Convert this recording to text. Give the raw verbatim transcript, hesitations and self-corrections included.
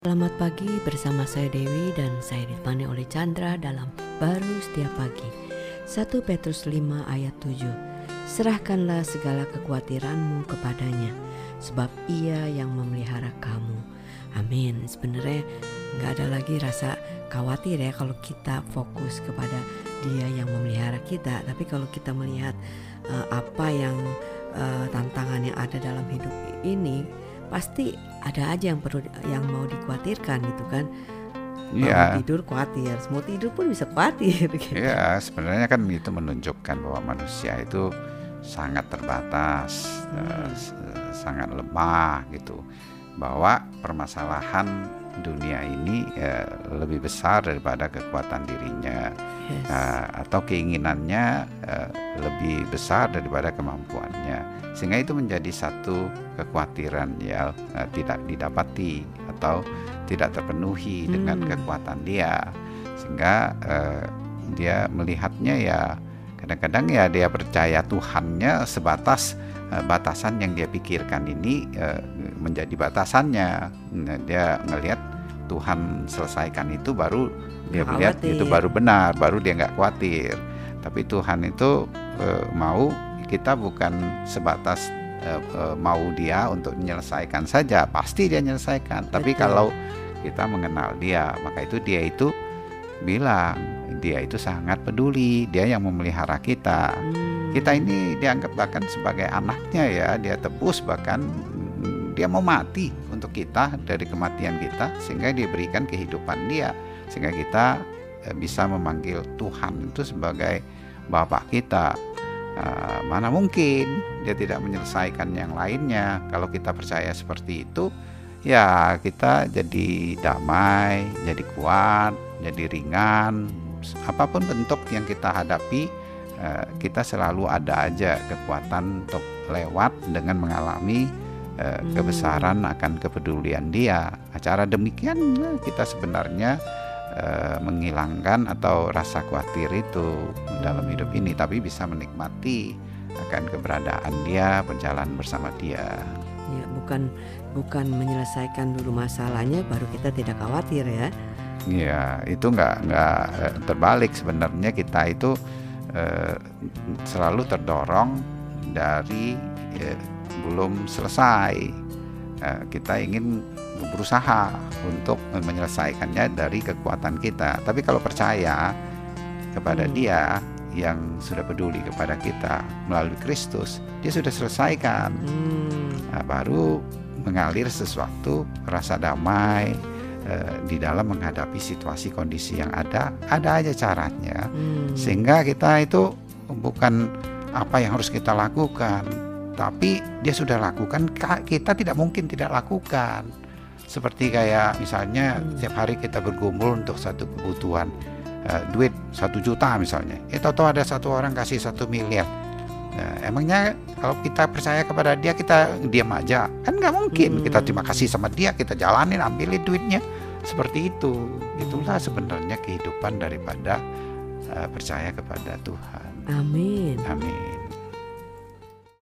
Selamat pagi bersama saya Dewi dan saya ditemani oleh Chandra dalam Baru Setiap Pagi. satu Petrus lima ayat tujuh. Serahkanlah segala kekhawatiranmu kepadanya, sebab ia yang memelihara kamu. Amin. Sebenarnya gak ada lagi rasa khawatir ya kalau kita fokus kepada Dia yang memelihara kita. Tapi kalau kita melihat uh, apa yang uh, tantangan yang ada dalam hidup ini, pasti ada aja yang perlu yang mau dikhawatirkan gitu kan. Iya. Mau tidur khawatir, mau tidur pun bisa khawatir gitu. Iya, sebenarnya kan itu menunjukkan bahwa manusia itu sangat terbatas, Hmm. eh, sangat lemah gitu. Bahwa permasalahan dunia ini eh, lebih besar daripada kekuatan dirinya. Yes. Nah, atau keinginannya eh, lebih besar daripada kemampuannya, sehingga itu menjadi satu kekhawatiran yang eh, tidak didapati atau tidak terpenuhi Hmm. dengan kekuatan dia, sehingga eh, dia melihatnya ya kadang-kadang ya dia percaya Tuhannya sebatas eh, batasan yang dia pikirkan ini eh, menjadi batasannya. Nah, dia ngelihat Tuhan selesaikan itu baru dia Nggak melihat khawatir. itu baru benar, baru dia nggak khawatir. Tapi Tuhan itu eh, mau kita bukan sebatas eh, eh, mau dia untuk menyelesaikan saja, pasti dia menyelesaikan. Tapi Betul. kalau kita mengenal dia, maka itu dia itu bilang dia itu sangat peduli, dia yang memelihara kita. Hmm. Kita ini dianggap bahkan sebagai anaknya ya, dia tebus bahkan mm, dia mau mati untuk kita dari kematian kita, sehingga dia berikan kehidupan dia, sehingga kita eh, bisa memanggil Tuhan itu sebagai Bapa kita. Uh, mana mungkin dia tidak menyelesaikan yang lainnya. Kalau kita percaya seperti itu, ya kita jadi damai, jadi kuat, jadi ringan. Apapun bentuk yang kita hadapi, uh, kita selalu ada aja kekuatan untuk lewat dengan mengalami uh, Hmm. kebesaran akan kepedulian dia. Acara demikian kita sebenarnya Uh, menghilangkan atau rasa khawatir itu dalam hidup ini, tapi bisa menikmati akan keberadaan dia, berjalan bersama dia. Ya, bukan bukan menyelesaikan dulu masalahnya baru kita tidak khawatir ya. Ya, itu nggak nggak eh, terbalik. Sebenarnya kita itu eh, selalu terdorong dari eh, belum selesai. Eh, kita ingin berusaha untuk menyelesaikannya dari kekuatan kita. Tapi kalau percaya kepada Hmm. dia yang sudah peduli kepada kita melalui Kristus, dia sudah selesaikan. Hmm. Nah, baru mengalir sesuatu rasa damai eh, di dalam menghadapi situasi kondisi yang ada. Ada aja caranya, Hmm. sehingga kita itu bukan apa yang harus kita lakukan, tapi dia sudah lakukan, kita tidak mungkin tidak lakukan. Seperti kayak misalnya Hmm. setiap hari kita bergumul untuk satu kebutuhan, uh, duit satu juta misalnya, itu atau ada satu orang kasih satu miliar. Nah, emangnya kalau kita percaya kepada dia kita diam aja? Kan nggak mungkin. Hmm. Kita terima kasih sama dia, kita jalanin, ambilin duitnya. Seperti itu. Itulah sebenarnya kehidupan daripada uh, percaya kepada Tuhan. Amin. Amin.